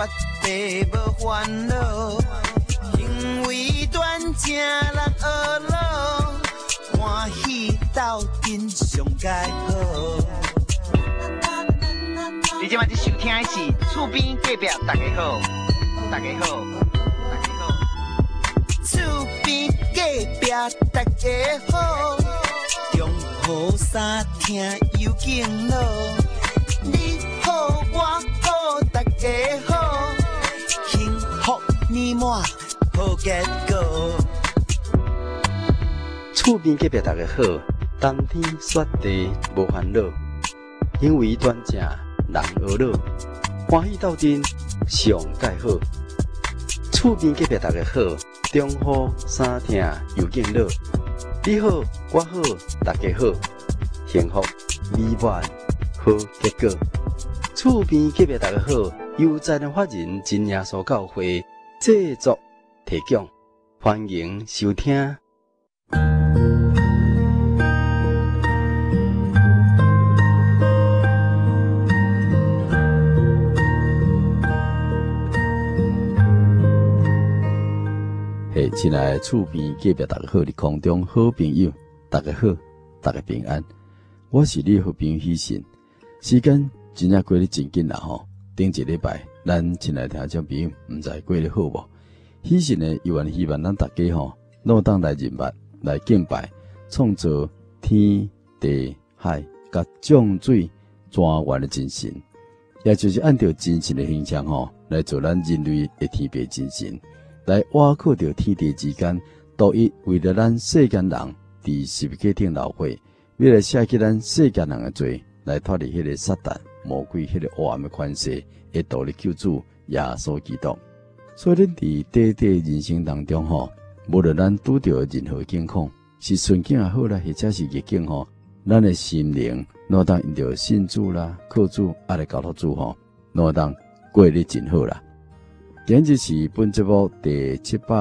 地无烦恼，行为端正人学老，欢喜斗阵上该好。你即摆伫收听的是厝边隔壁大家好，大家好，大家好，厝边隔壁大家好，中好三听有敬老，你好我好大家好，幸福美满好结果。 厝边隔壁大家好，冬天雪地无烦恼，行为端正人学老，欢喜斗阵上介好。厝边隔壁大家好，中好三听又敬老，你好我好大家好，幸福美满好结果。厝边隔壁大家好，由在人法人真耶稣教会制作提供，欢迎收听。亲爱的厝边隔壁大家好，伫空中好朋友大家好，大家平安。我是你好朋友喜信。时间真正过得真紧啦吼！顶一礼拜，咱亲爱听众朋友毋知过得好无？喜信呢，希望咱大家吼，拢当来认捌来敬拜，创造天地海甲众水全源的真神，也就是按照真神的形象吼，来做咱人类的天父真神。来挖靠着天地之间，独一为了咱世间人，伫十字架顶流血，为了赦去咱世间人的罪，来脱离迄个撒旦魔鬼迄个黑暗的权势，会独立救主耶稣基督。所以，咱伫短短人生当中吼，无论咱拄着任何境况，是顺境也好啦，或者是逆境吼，咱的心灵若当因着信主啦、靠主、来交托主吼，若当过得真好啦。今日是本节目第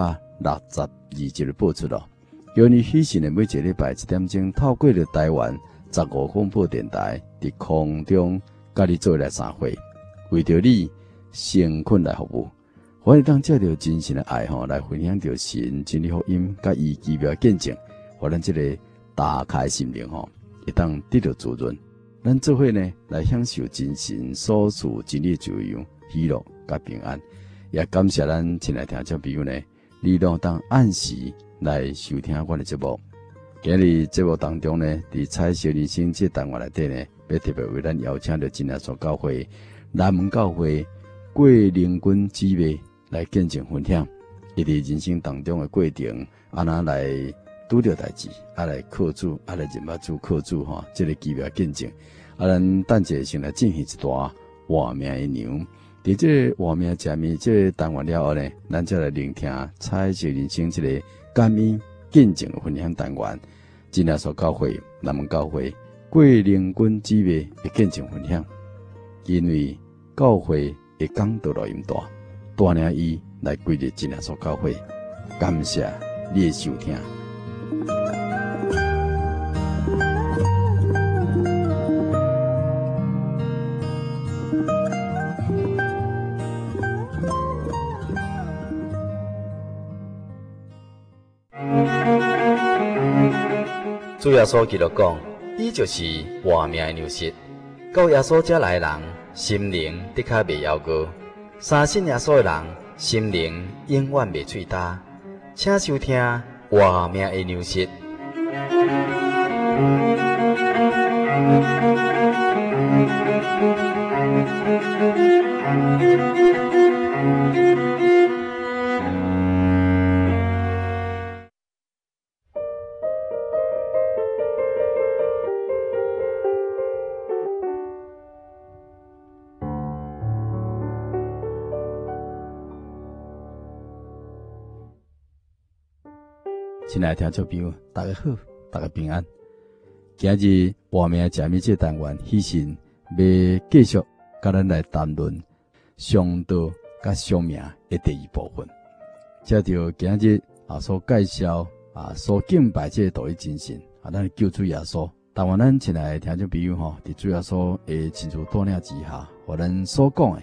762集的播出咯。由于喜信的每一个礼拜1点钟，透过了台湾15广播电台伫空中，甲你做来3会，为着你诚恳来服务。我会当借着真神的爱来分享着神真理福音，甲伊奇妙见证，互咱这个打开心灵会当得到滋润。咱做伙呢来享受真神所赐真理自由、喜乐甲平安。也感谢咱亲爱听众朋友呢，你拢当按时来收听我的节目。今日节目当中呢，伫彩色人生这单元内底呢，要特别为咱邀请到真耶稣教会南门教会郭灵君姊妹来见证分享，伊伫人生当中的过程，安那来拄着代志，来靠主，来认捌主靠主这个奇妙见证。咱等者先来进行一段活命的牛。伫这个活命食面这个单元了后呢，咱再来聆听彩色人生这个感恩见证的分享单元。真耶稣教会南门教会郭灵君姊妹的见证分享，因为教会的讲道录音大领伊来归入真耶稣教会，感谢你的收听。主耶稣基督讲，伊就是活命的粮食。到耶稣遮来的人，心灵的确袂夭糕；相信耶稣的人，心灵永远袂脆焦。请收听活命的粮食。亲爱的听众朋友，大家好，大家平安。今日活命食面这单元，喜信要继续甲咱来谈论上道甲生命的第二部分。接着今日所介绍所敬拜这独一真神咱救主耶稣。但愿咱亲爱的听众朋友伫主耶稣的亲自带领之下，互咱所讲的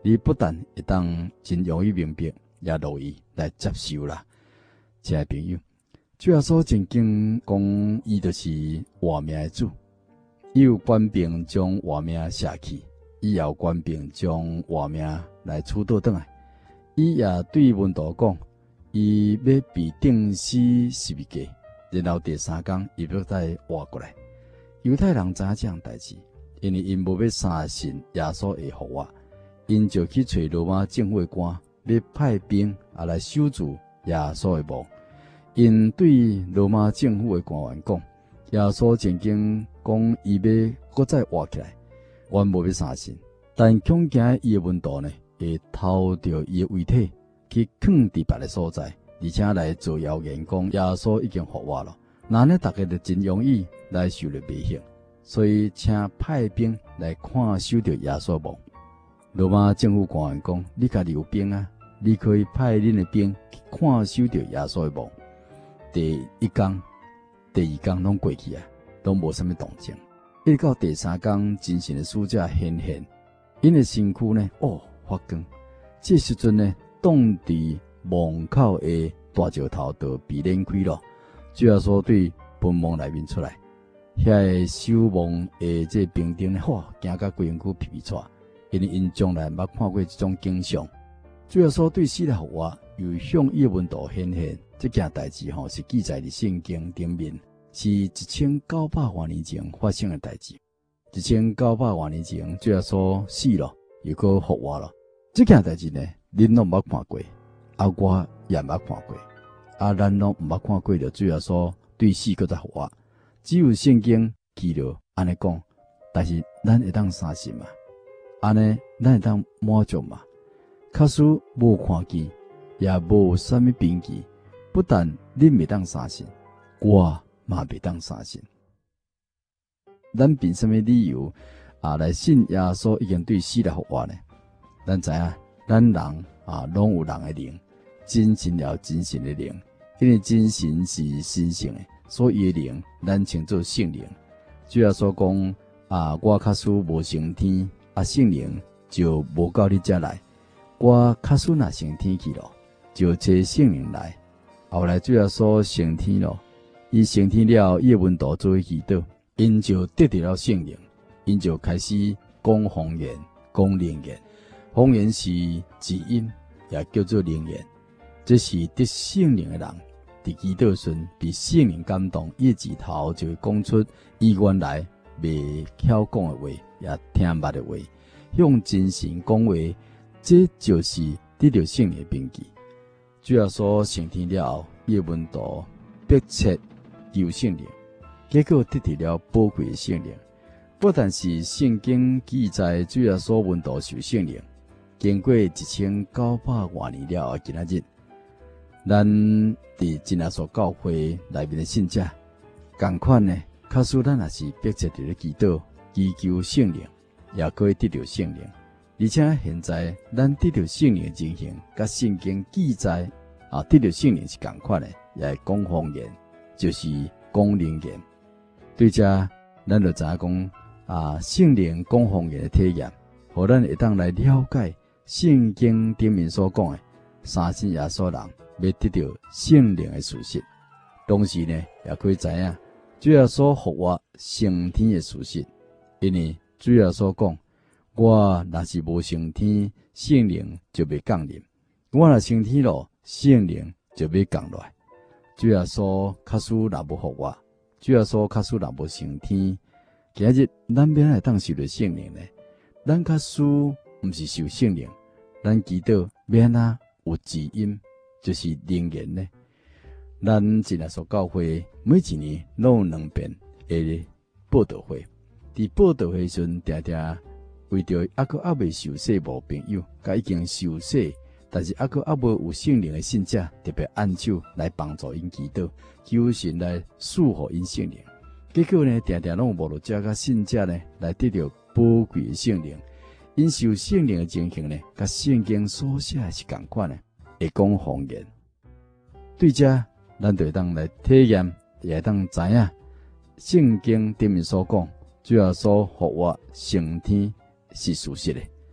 你不但会当真容易明白，也乐意来接受啦。亲爱的朋友，主耶稣曾经讲，伊就是活命的主，伊有权柄将活命舍去，伊也有权柄将活命来取倒转来。伊也对门徒讲，伊要被钉死十字架，然后第三天伊要再活过来。犹太人知影这样代志，因为因无要相信耶稣会复活，因就去找罗马政府的官，要派兵来守住耶稣的墓。因对罗马政府的官员讲，耶稣曾经讲伊要搁再活起来，阮无要相信，但恐惊伊的门徒呢会偷着伊的遗体去藏伫别个所在，而且来做谣言讲耶稣已经复活了。那呢，大家就真容易来受了迷信，所以请派兵来看守着耶稣墓。罗马政府官员讲：你家己有兵啊，你可以派恁的兵去看守着耶稣的墓。第一天、第二天拢过去啊，都无什么动静。一直到第三天，真神的使者显现，因的身躯呢，发光。这时阵呢，挡伫墓口的大石头就被裂开了。主要说对坟墓内面出来，遐守墓的这兵丁呢，惊甲规身躯皮喘，因为因从来捌看过这种景象。主要说对死来复活，又向伊门徒显现，这件代志是记载伫圣经顶面，是1900多年前发生的代志。1900多年前，主要说死了，又搁复活了。这件代志呢，恁拢捌看过，我也捌看过。咱拢毋捌看过着，主要说对死搁再复活，只有圣经记录安尼讲，但是咱会当相信嘛？安尼咱会当满足嘛？假使无看见，也无啥物凭据，不但恁袂当相信，我嘛袂当相信。咱凭什么理由来信耶稣已经对死来复活呢？咱知影，咱人拢有人的灵。真神了真神的灵，因为真神是神圣的，所以的灵咱称作圣灵。主要所讲我假使无升天，圣灵就无到你遮来；我假使若升天去了，就找圣灵来。后来主要所升天了，伊升天了，伊的门徒做祈祷，因就得到了圣灵，因就开始讲方言、讲灵言。方言是字音，也叫做灵言。这是得圣灵的人，伫祈祷时被圣灵感动，伊字头就会讲出伊原来未晓讲的话，也听捌的话，向真神讲话，这就是得到圣灵的凭据。主要说升天了后，伊门徒迫切求圣灵，结果得到了宝贵的圣灵。不但是圣经记载主要说门徒受圣灵，经过1900多年了后，今仔日。咱伫真耶稣教会内面的信者，同款呢，假使咱也是迫切伫咧祈祷、祈求圣灵，也可以得到圣灵。而且现在咱得到圣灵的情形，甲圣经记载得到圣灵是同款的，也是讲方言，就是讲灵言。对这，咱就知影讲圣灵讲方言的体验，互咱会当来了解圣经顶面所讲的相信耶稣人。要得到圣灵的事实，同时呢，也可以知影主耶稣复活升天的事实。因为主耶稣讲：我若是无升天，圣灵就袂降临；我若升天咯，圣灵就要降落来。主耶稣假使若无复活，主耶稣假使若无升天，今日咱要来当受着圣灵呢？咱假使毋是受圣灵，咱祈祷要哪有字音？就是灵言呢。咱真耶稣教会每一年拢有2遍的报道会，伫报道会时阵，常常为着还未受洗无朋友，甲已经受洗，但是还未有圣灵的信者，特别按手来帮助因祈祷，求神来赐予因圣灵。结果呢，常常拢有无路者甲信者呢来得到宝贵的圣灵。因受圣灵的情形呢，甲圣经所写是同款的。会讲方言，对这咱就会当来体验，也会当知影圣经顶面所讲，主要所复活升天是事实的。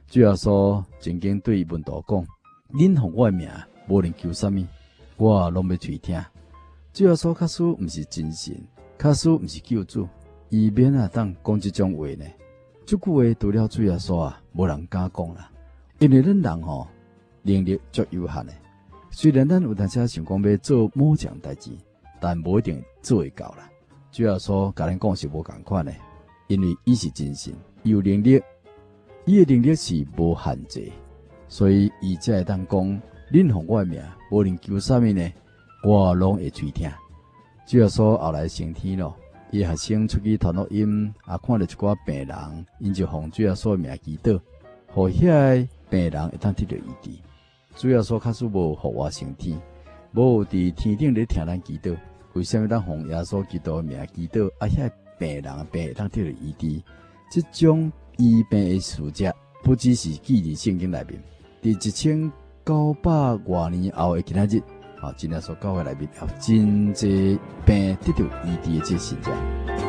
主耶稣曾经对门徒讲：恁奉我的名，无论求什么，我拢要垂听。主耶稣确实毋是真神，确实毋是救主，伊免当讲这种话呢。这句话除了主耶稣啊，无人敢讲啦。因为咱人能力足有限的。虽然咱有当时想讲要做某项代志，但无一定做会到啦。主耶稣甲咱讲是无共款的，因为伊是真神，伊有能力，伊的能力是无限制，所以伊才会当讲：恁奉我的名，无论求啥物呢，我拢会垂听。主耶稣后来升天咯，伊学生出去传福音，也看到一寡病人，因就奉主耶稣的名祈祷，互遐病人会当得到医治。主耶稣确实无互我升天，无伫天顶咧听咱祈祷。为什么咱奉耶稣基督的名祈祷，遐病人病会当得到医治？这种医病的事迹，不只是记伫圣经内面，伫1900多年后的今仔日，真耶稣教会内面有真济病得到医治的这事迹。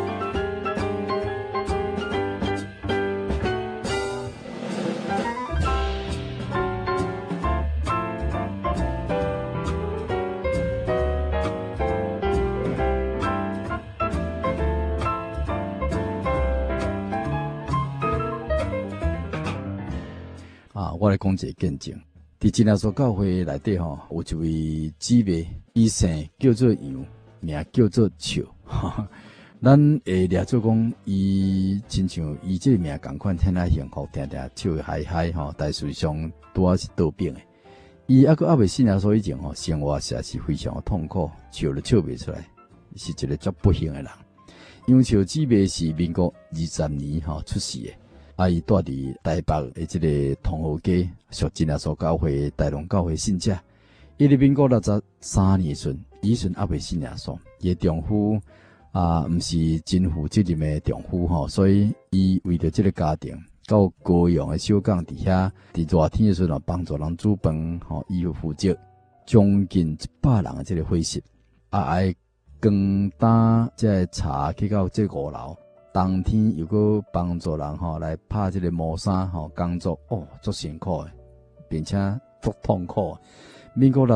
我来讲一个见证，伫真耶稣教会内底有一位姊妹，伊姓叫做杨，名叫做笑。咱会了做讲，伊亲像伊这个名共款，天来幸福，定定笑嗨嗨但实际上拄是倒病的。伊还未信耶稣以前生活实在是非常痛苦，笑都笑袂出来，是一个足不幸的人。杨笑姊妹是民国20年出世的。伊住伫台北的这个同和街，属真耶稣教会台龙教会信者。伊伫民国63年时，伊时还未信耶稣，伊丈夫毋是真负责任的丈夫所以伊为着这个家庭，到高阳的小港底下，伫热天的时候帮助人煮饭伊有负责将近100人的这个伙食，爱光担这茶去到这5楼。冬天又搁帮助人来拍这个毛衫工作足辛苦的，并且足痛苦的。民国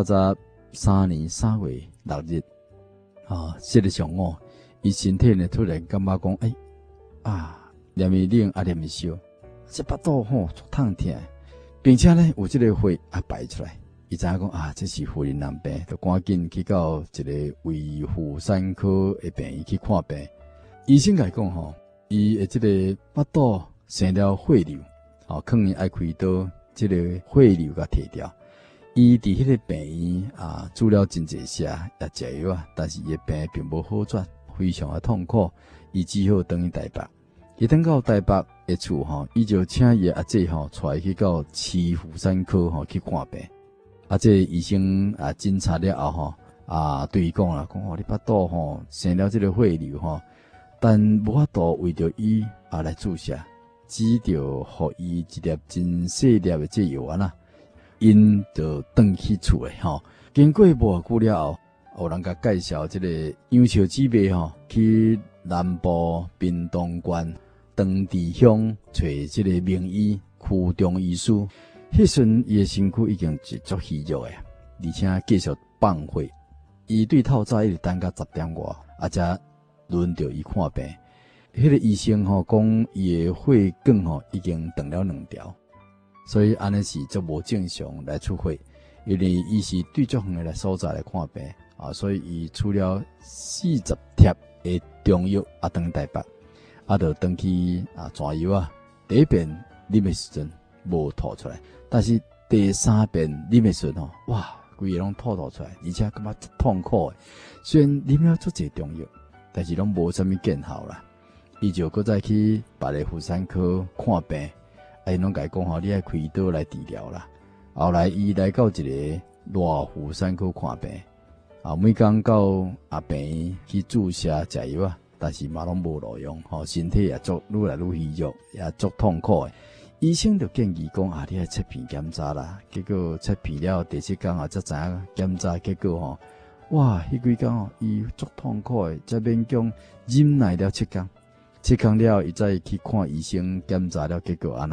63年3月6日这个上午，伊身体呢突然感觉讲黏伊冷黏伊烧，这巴肚足痛痛，并且呢有这个血排出来，伊知影讲这是妇人难病，就赶紧去到一个卫妇产科的病院去看病。医生甲伊讲伊的这个巴肚生了血瘤，可能爱开刀，这个血瘤甲摕掉。伊伫迄个病院住了真济些，也食药但是伊的病并无好转，非常的痛苦。伊只好回去台北。伊回到台北的厝伊就请伊的阿姐带去到市妇产科去看病。这医生检查了后对伊讲啦，讲你巴肚生了这个血瘤但无法度为着伊来注射，只着互伊一粒真细粒的这药丸啦。因就回去厝诶经过无久了后，有人甲介绍这个杨笑姊妹去南部屏东县长治乡找这个名医区中医师。迄阵伊诶身躯已经是足虚弱诶，而且继续放血。伊对透早一直等到10点外，才轮到伊看病。迄个医生讲伊的血管已经断了2条，所以安尼是足无正常来出血。因为伊是对足远的所在来看病所以伊出了40贴的中药回台北，就回去抓药第一遍啉的时阵无吐出来，但是第3遍啉的时阵哇，规个拢吐出来，而且感觉足痛苦的。虽然啉了足济中药，但是拢无啥物见效啦。伊就搁再去别个妇产科看病，因拢甲伊讲你爱开刀来治疗啦。后来伊来到一个大妇产科看病，每天到病院去注射食药但是嘛拢无路用，身体也足愈来愈虚弱，也足痛苦的。医生就建议讲你爱切片检查啦。结果切片了第7天才知影检查结果哇，迄几天伊足痛苦的，才勉强忍耐了7天。7天了，伊再去看医生检查了，结果安那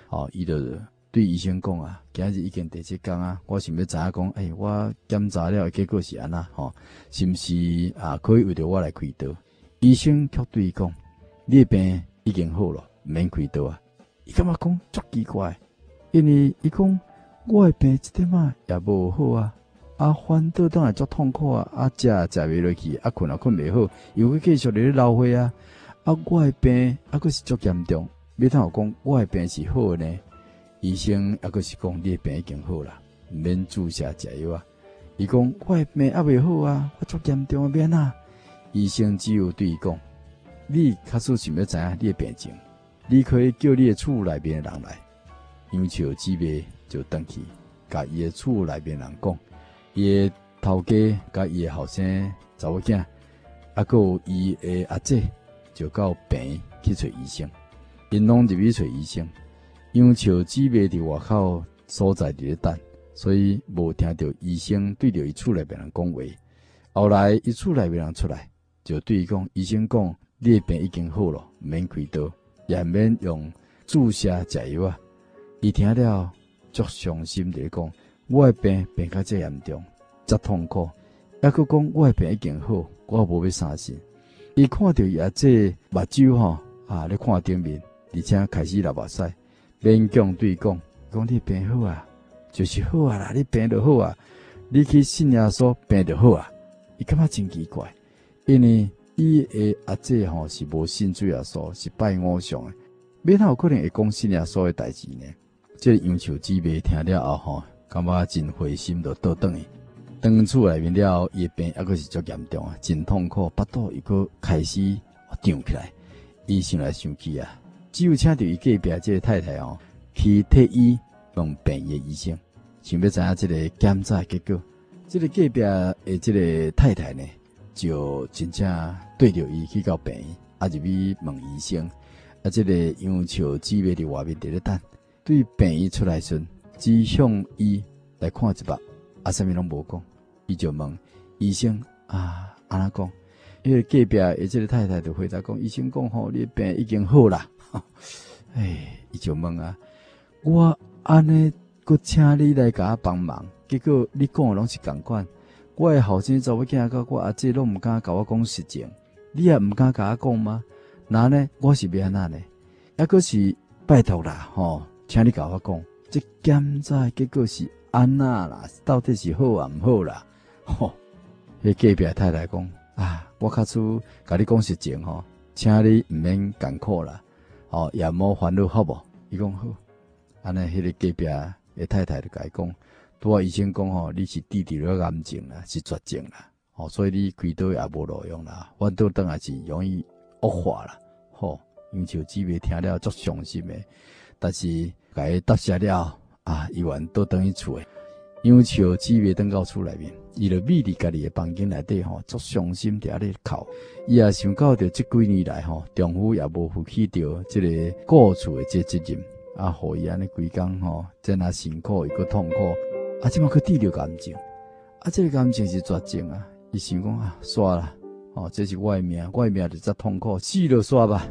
伊就对医生讲啊，今日已经第7天啊，我想要知影讲，我检查了的结果是安那，是毋是可以为着我来开刀？医生却对伊讲，你的病已经好了，毋免开刀啊。伊感觉讲足奇怪，因为伊讲我的病一点仔也无好啊，反倒当然足痛苦啊，食袂落去，困也困袂好，又会继续咧流血啊，我的病佫是足严重，要怎有讲我的病是好呢？医生佫是讲你的病已经好啦，毋免注射食药啊。伊讲我的病还袂好啊，我足严重免啊。医生只有对伊讲，你假使想要知影你的病情，你可以叫你的厝内面的人来。杨笑姊妹就回去，甲伊的厝内面人讲，伊的头家甲伊的后生查某囝，佫有伊的阿姐，就到病院去找医生。因拢入去找医生。杨笑姊妹伫外口所在伫咧等，所以无听到医生对着伊厝内面人讲话。后来伊厝内面人出来，就对伊讲，医生讲你的病已经好了，毋免开刀，也毋免用注射食药啊。伊听了足伤心，伫咧讲，我的病甲遮严重，遮痛苦，还佫讲我的病已经好，我无要相信。伊看到伊阿姐目睭咧看顶面，而且开始流目屎，勉强对伊讲你病好啊，就是好啊啦，你病就好啊，你去信耶稣病就好啊。伊感觉真奇怪，因为伊的阿姐是无信主耶稣，是拜偶像的，要哪有可能会讲信耶稣的代志呢？这杨笑姊妹听了后感觉真灰心，就倒转去。当厝内面了后，伊的病还是足严重啊，真痛苦，巴肚又佫开始胀起来。伊想来想去啊，只有请到伊隔壁这个太太去替伊问病院的医生，想要知影这个检查结果。这个隔壁的这个太太呢，就真正对着伊去到病院，入去问医生。这个杨笑姊妹伫外面伫咧等，对病院出来时，只向伊来看一目，啥物拢无讲。伊就问医生安怎讲？因为隔壁的这个太太就回答讲，医生讲你的病已经好啦。伊就问我安尼佫请你来甲我帮忙，结果你讲的拢是共款。我的后生查某囝甲我阿姐拢毋敢甲我讲实情，你也毋敢甲我讲吗？那呢，我是要安怎呢？还佫是拜托啦，请你甲我讲，这检查结果是安那啦？到底是好啊毋好啦？迄隔壁太太讲我卡出甲你讲实情请你毋免艰苦啦，也莫烦恼好无？伊讲好，安尼迄个隔壁的太太就甲伊讲，拄仔医生讲你是治了癌症啦，是绝症啦，所以你开刀也无路用啦，反倒当然是容易恶化啦。杨笑姊妹听了足伤心的，但是甲伊答谢了医院倒转去厝诶。杨笑姊妹转到厝内面，伊就秘伫家己的房间内底足伤心伫遐咧哭。伊也想到着这几年来丈夫也无负起着这个顾厝的这责任，互伊安尼规工真啊辛苦又佫痛苦，即马佫治着癌症，这个癌症是绝症啊！伊想讲煞啦，这是我的命，我的命就遮痛苦，死就煞吧。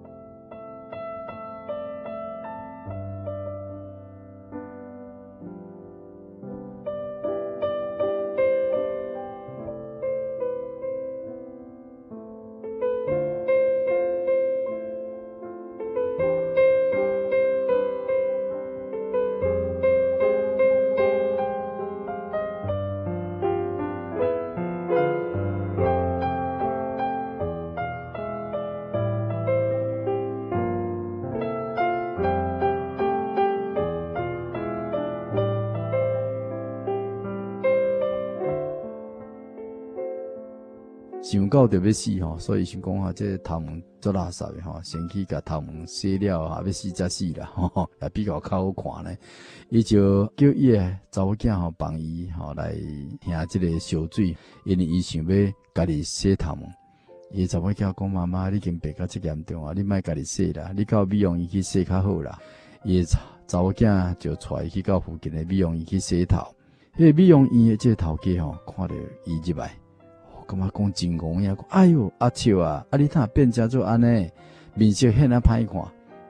想到就要死所以想讲这头毛做垃圾的先去甲头毛洗了要死则死啦也比较较好看呢。伊就叫伊的查某囝帮伊来行这个烧水，因为伊想要家己洗头毛。伊查某囝讲：妈妈，你已经病到这严重你莫家己洗啦，你到美容院去洗较好啦。伊查某囝就带伊去到附近的美容院去洗头。迄个美容院的这个头家看到伊入来。感觉讲真戆呀！哎哟，阿笑啊，你哪变成做安尼？面色显啊歹看。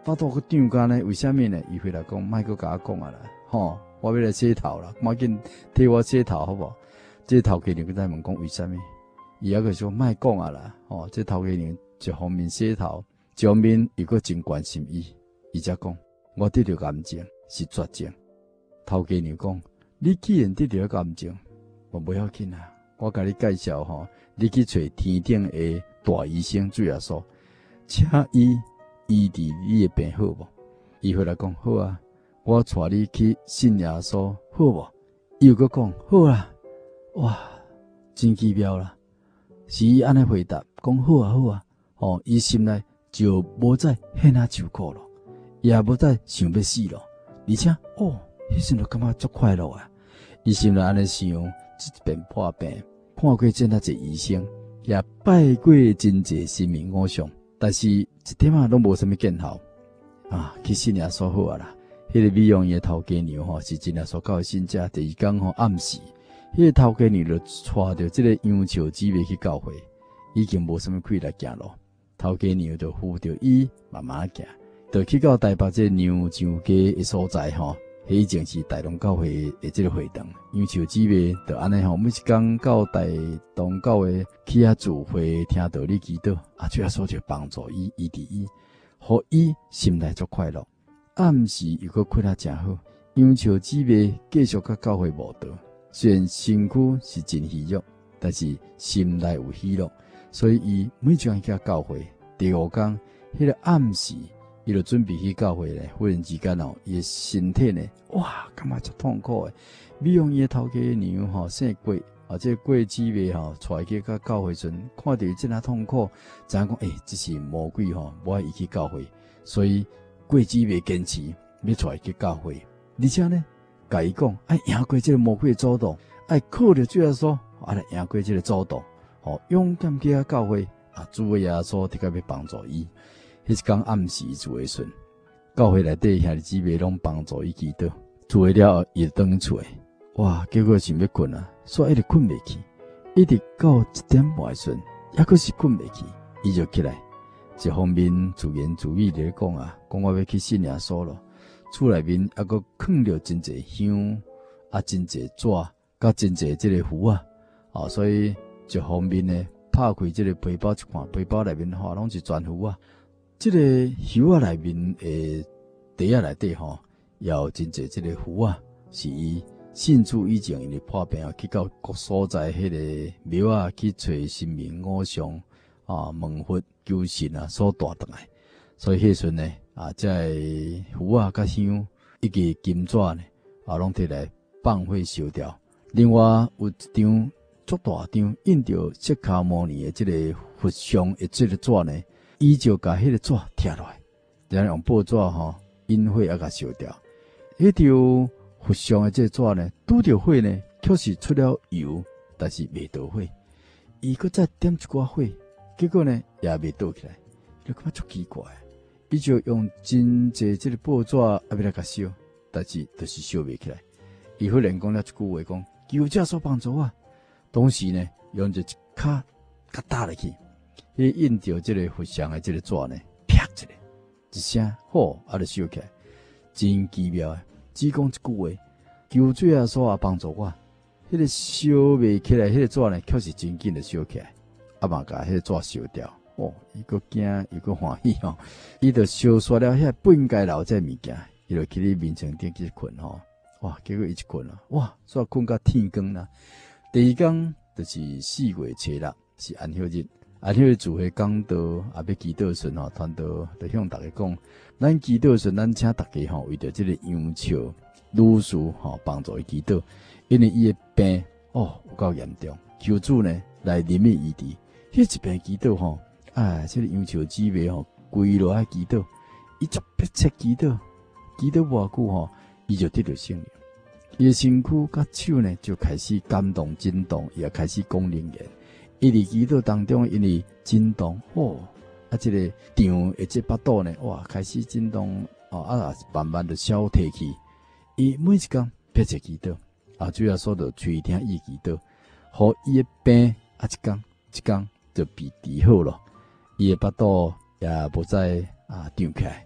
巴肚去张干呢？为什么呢？伊回来讲，莫阁甲我讲啊啦，吼，我要来洗头啦，赶紧替我洗头好无？这头家娘佮在问讲为什么？伊还佮说莫讲啊啦，吼，这头家娘一方面洗头，一方面又佮真关心伊，伊才讲我得着癌症是绝症。头家娘讲，你既然得着癌症，我不要紧啊，我甲你介绍吼，你去找天顶的大医生主耶稣，请伊医治你的病好无？伊回来讲好啊，我带你去信耶稣好无？伊又佮讲好啊，哇，真奇妙啦！是伊安尼回答，讲好啊好啊，哦，伊心内就无再遐那受苦咯，也无再想要死咯，而且哦，迄时就感觉足快乐啊！伊心内安尼想，即便破病，看过真啊侪医生，也拜过真侪神明偶像，但是一点啊拢无啥物见效啊！去信耶稣好啊啦！迄个美容院的头家娘吼，是真耶稣教的信者，第二天吼暗时。迄个头家娘就带着这个杨树姊妹去教会，已经无什么气力行路。头家娘就扶着伊慢慢行，就去到台北这杨树街的所在吼，迄已经是大同教会的这个会堂。杨树姊妹就安尼吼，每一天到大同教会去遐聚会听道理祈祷，主耶稣就帮助伊医治伊，互伊心内足快乐。暗时又搁困啊真好，杨树姊妹继续甲教会无道。虽然身躯是真虚弱，但是心内有喜乐，所以伊每天去教会。第五天，迄个暗时，伊就准备去教会咧。忽然之间哦，伊的身体呢，哇，感觉足痛苦诶！美容院头家娘吼姓郭，这郭姊妹吼带去甲教会阵，看到伊真啊痛苦，知影讲这是魔鬼吼，无爱伊去教会，所以郭姊妹坚持要带伊去教会，而且呢。甲伊讲，爱赢过这个魔鬼的阻挡，爱靠着主耶稣，来赢过这个阻挡，勇敢去教会主的耶稣特别要帮助伊。迄一天暗时主会顺，教会内底兄弟姊妹拢帮助伊祈祷，做完了伊就转厝诶。哇，结果想要困啊，煞一直困袂去，一直到1点半顺，还阁是困袂去，伊就起来，一方面自言自语咧讲讲我要去信耶稣咯。厝内面还阁放着真侪香，真侪纸，甲真侪这个符所以一方面呢，拍开这个背包一看，背包内面拢是全符这个香内面的袋内底也有真侪这个符是伊信主以前因为破病去到各所在迄个庙去找神明偶像问佛求神所带倒来，所以迄时呢。这符甲香，一个金纸呢，拢摕来放火烧掉。另外有一张足大张印着释迦牟尼的这个佛像的这个纸呢，伊就甲迄个纸拆落来，然后用报纸引火甲烧掉。迄条佛像的这个纸呢，拄着火呢，却是出了油，但是未着火。伊搁再点一寡火，结果呢也未倒起来，就感觉足奇怪。伊就用真济这个报纸要来甲烧，但是就是烧袂起来。伊忽然讲了一句话，讲求主所帮助我。当时呢，用一骹甲打落去，迄印着这个佛像的这个纸呢，啪一下，一声好，就烧起来，真奇妙诶！只讲一句话，求主所帮助我。迄个烧袂起来，迄个纸呢，确实真紧就烧起来，嘛甲迄个纸烧掉。伊个惊，伊个欢喜伊就烧煞了遐不应该留这物件，伊就去你面前顶去困哇！结果伊一困哇！煞困到天光啦。第二天就是4月初6，是安息日。安息日聚会讲道要祈祷时团道就向大家讲，咱祈祷时咱请大家为着这个杨树女士帮助伊祈祷，因为伊的病有够严重，求主呢来怜悯医治。迄一边祈祷这个杨树姊妹跪落来祈祷，伊足迫切祈祷，祈祷无久伊就得到圣灵，伊的身躯甲手呢就开始感动震动，也开始讲灵言。伊伫祈祷当中，因为震动这个场的这巴肚呢，哇，开始震动慢慢就消退去。伊每一天迫切祈祷，主要说着垂听伊祈祷，互伊的病一天就被治好了。伊的巴肚也无再胀起来，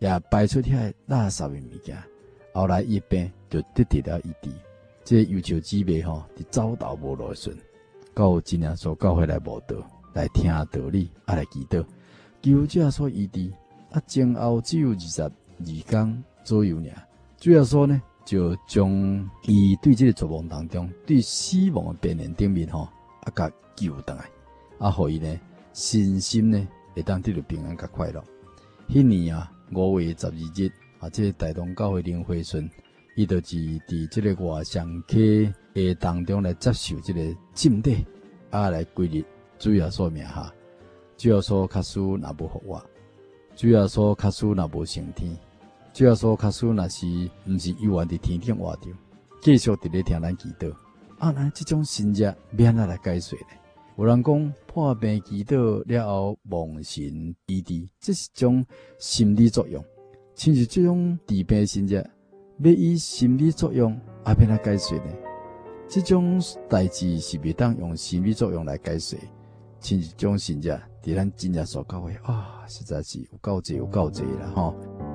也排出遐垃圾的物件，后来伊病就得到医治。这优秀姊妹吼，伫走投无路时，到真耶稣教会来慕道，来听道理，来祈祷，求主耶稣医治。前后只有22天左右尔，主耶稣呢就将伊对这个绝望当中、对死亡的边缘顶面吼，甲救回来，互伊呢身心呢会当得到平安甲快乐。迄年5月12日这个台东教会灵会顺。伊就是伫即个外上溪的当中来接受即个浸礼，来归入主耶稣名下。主耶稣卡苏若无复活，主耶稣卡苏若无升天，主耶稣卡苏若是毋是永远伫天顶活着，继续伫咧听咱祈祷。咱即种心者免来解说咧。有人讲破病祈祷了后望神医治，这是种心理作用，亲像即种治病心者。要以心理作用变来解释呢？这种代志是袂当用心理作用来解释。亲像种信者，伫咱真正所教的实在是有够济啦吼。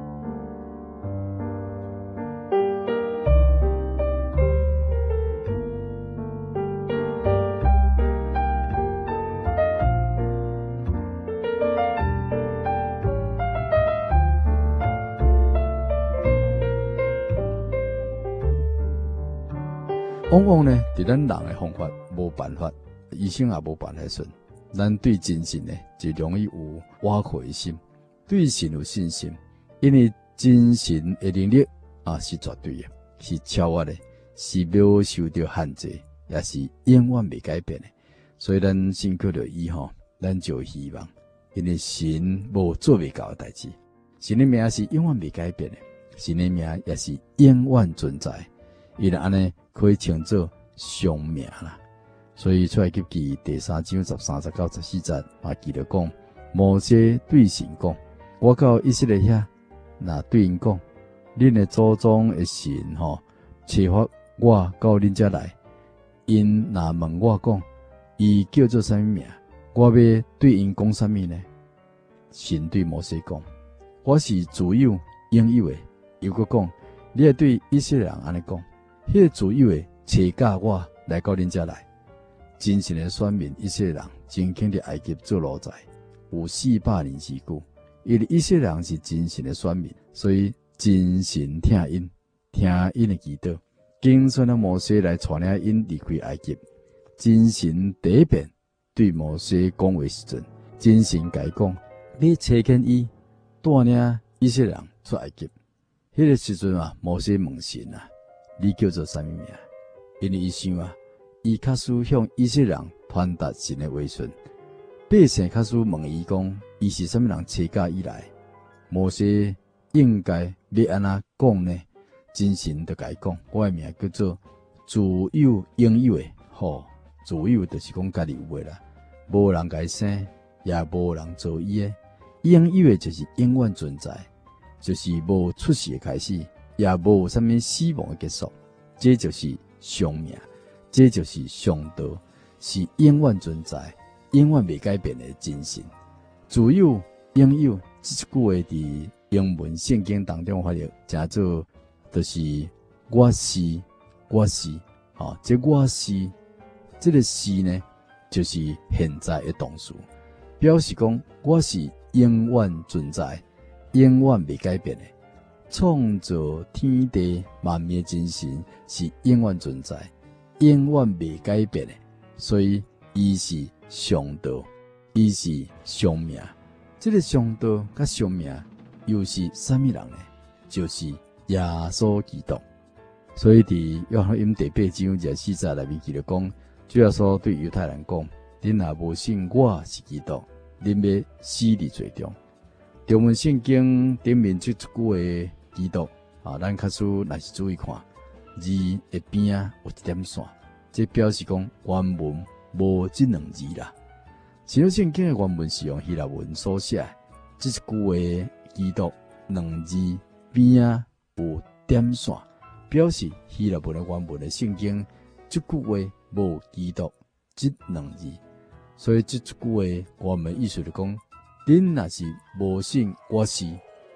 往往呢，伫咱人的方法无办法，医生也无办法顺。咱对真神呢，就容易有挖苦的心，对神有信心，因为真神的能力是绝对的，是超越的，是没有受到限制，也是永远未改变的。所以咱信靠着伊吼，咱就有希望，因为神无做未到的代志，神的名是永远未改变的，神的名也是永远存在。伊安尼可以称作上名啦，所以出埃及记第3章13、19、14节记得讲，摩西对神讲：“我到以色列遐，那对因讲，恁的祖宗的神启发我到恁遮来，因若问我讲，伊叫做啥物名？我要对因讲啥物呢？”神对摩西讲：“我是自有应有的。”又搁讲：“你要对以色列人安尼讲。”迄个自由的找教我来到恁遮来，真神的选民以色列人曾经伫埃及做奴才，有400年之久。因为以色列人是真神的选民，所以真神听因的祈祷，经选了摩西来带领因离开埃及。真神第一遍对摩西讲话时阵，真神甲伊讲，要差遣伊带领以色列人出埃及。迄个时阵摩西问神你叫做啥物名？因为伊想伊卡斯向以色列人传达神的话讯，百姓卡斯问伊讲，伊是啥物人找教伊来？摩西应该要安怎讲呢？真神就甲伊讲，我的名叫做自有应有的，自有就是讲家己有的啦，无人甲伊生，也无人做伊的，应有的就是永远存在，就是无出世的开始。也无啥物死亡的结束，这就是上名，这就是上道，是永远存在、永远未改变的真神。自有应有这句话伫英文圣经当中发现，叫做就是我是，这我是，这个是呢，就是现在的动词，表示讲我是永远存在、永远未改变的。创造天地万物的真神是永远存在、永远未改变的，所以伊是上道，伊是上名。这个上道甲上名又是啥物人呢？就是耶稣基督。所以伫约翰福音第8章24节内面记得讲，主耶稣对犹太人讲：“恁若无信我是基督，恁要死伫罪中。”中文圣经顶面这句话。基督咱卡数若是注意看，字的边有一点线，这表示讲原文无这2字啦。新约圣经的原文是用希腊文所写，这一句话基督2字边有点线，表示希腊文的原文的圣经这句话无基督这2字，所以这句话原文意思就讲，恁若是无信我是。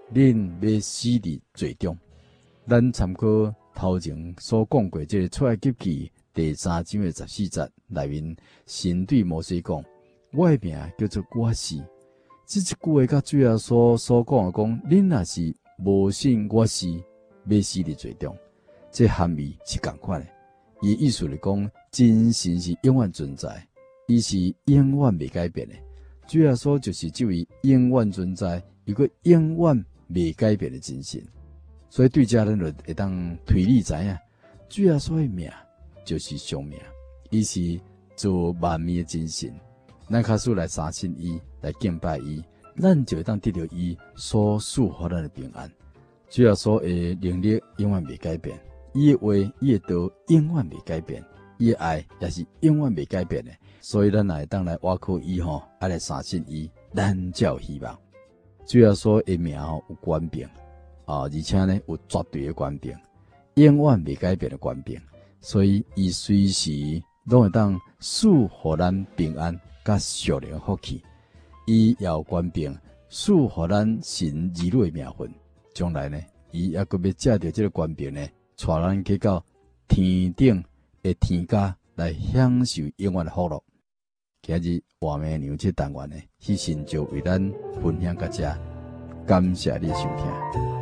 恁要死伫罪中。咱参考头前所讲过，这个出埃及记第3章的14节内面，神对摩西讲：“我的名叫做我是。”这一句话甲主耶稣所讲的讲，恁若是无信我是，要死伫罪中，这含义是同款的。伊意思是讲，真神是永远存在，伊是永远未改变的。主耶稣就是这位永远存在，一个永远未改变的真神。所以对这咱就会当推理知影，主耶稣的名就是上名，伊是做万物的真神。咱卡数来相信伊，来敬拜伊，咱就会当得到伊所赐予咱的平安。主耶稣的能力永远未改变，伊的话、伊的道永远未改变，伊的爱也是永远未改变的。所以咱来当来挖靠伊吼，爱来相信伊，咱才有希望。主耶稣的名有权柄而且呢有绝对的权柄，永远未改变的权柄。所以伊随时拢会当赐予咱平安甲属灵福气。伊也有权柄赐予咱神儿女的名分。将来呢，伊也阁要借着这个权柄呢，带咱去到天顶的天家来享受永远的福乐。今日画面牛这单元呢，是神就为咱分享到这，感谢你收听。